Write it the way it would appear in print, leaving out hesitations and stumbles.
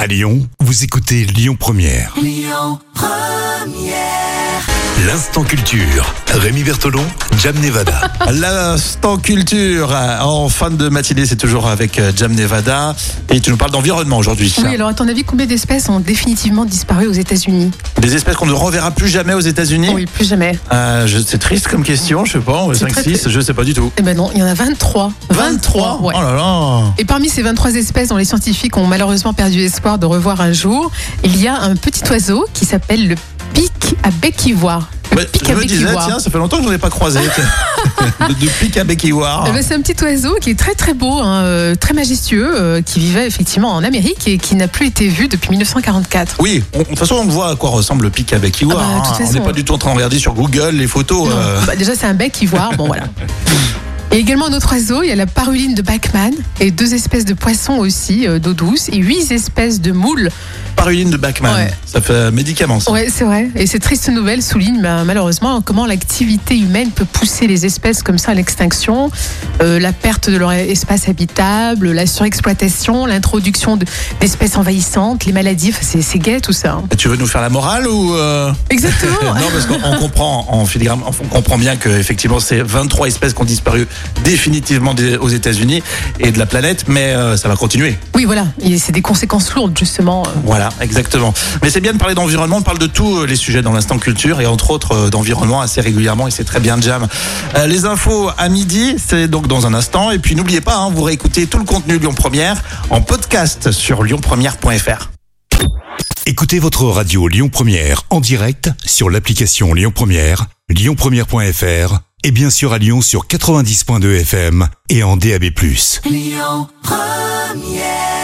À Lyon, vous écoutez Lyon Première. Lyon Première. L'instant culture. Rémi Bertolon, Jam Nevada. L'instant culture en fin de matinée, c'est toujours avec Jam Nevada et tu nous parles d'environnement aujourd'hui. Oui, alors à ton avis, combien d'espèces ont définitivement disparu aux États-Unis? Des espèces qu'on ne reverra plus jamais aux États-Unis? Oui, plus jamais. C'est triste comme question, je sais pas, 5, 6, je sais pas du tout. Eh ben non, il y en a 23. 23, ouais. Oh là là. Et parmi ces 23 espèces dont les scientifiques ont malheureusement perdu espoir de revoir un jour, il y a un petit oiseau qui s'appelle le pic à bec ivoire. Ouais, je me disais, tiens, ça fait longtemps que je n'en ai pas croisé. de pic à bec ivoire. Eh ben, c'est un petit oiseau qui est très très beau, très majestueux, qui vivait effectivement en Amérique et qui n'a plus été vu depuis 1944. Oui, de toute façon, on voit à quoi ressemble le pic à bec ivoire. de toute On façon, n'est pas du tout en train de regarder sur Google les photos. Déjà, c'est un bec ivoire, bon voilà. Et également un autre oiseau, il y a la paruline de Bachmann et 2 espèces de poissons aussi d'eau douce et 8 espèces de moules. Paruline de Bachmann, Ouais. ça fait médicament ça. Ouais, c'est vrai. Et ces tristes nouvelles soulignent malheureusement comment l'activité humaine peut pousser les espèces comme ça à l'extinction, la perte de leur espace habitable, la surexploitation, l'introduction d'espèces envahissantes, les maladies, c'est gai tout ça. Et tu veux nous faire la morale ou Exactement. Non, parce qu'on comprend en filigrane, on comprend bien que effectivement c'est 23 espèces qui ont disparu définitivement aux États-Unis et de la planète, mais ça va continuer. Oui, voilà. Et c'est des conséquences lourdes justement. Voilà, exactement. Mais c'est bien de parler d'environnement, on parle de tous les sujets dans l'instant culture et entre autres d'environnement assez régulièrement et c'est très bien Jam. Les infos à midi, c'est donc dans un instant et puis n'oubliez pas, vous réécoutez tout le contenu Lyon Première en podcast sur lyonpremière.fr. Écoutez votre radio Lyon Première en direct sur l'application Lyon Première, lyonpremière.fr et bien sûr à Lyon sur 90.2 FM et en DAB+. Lyon Première.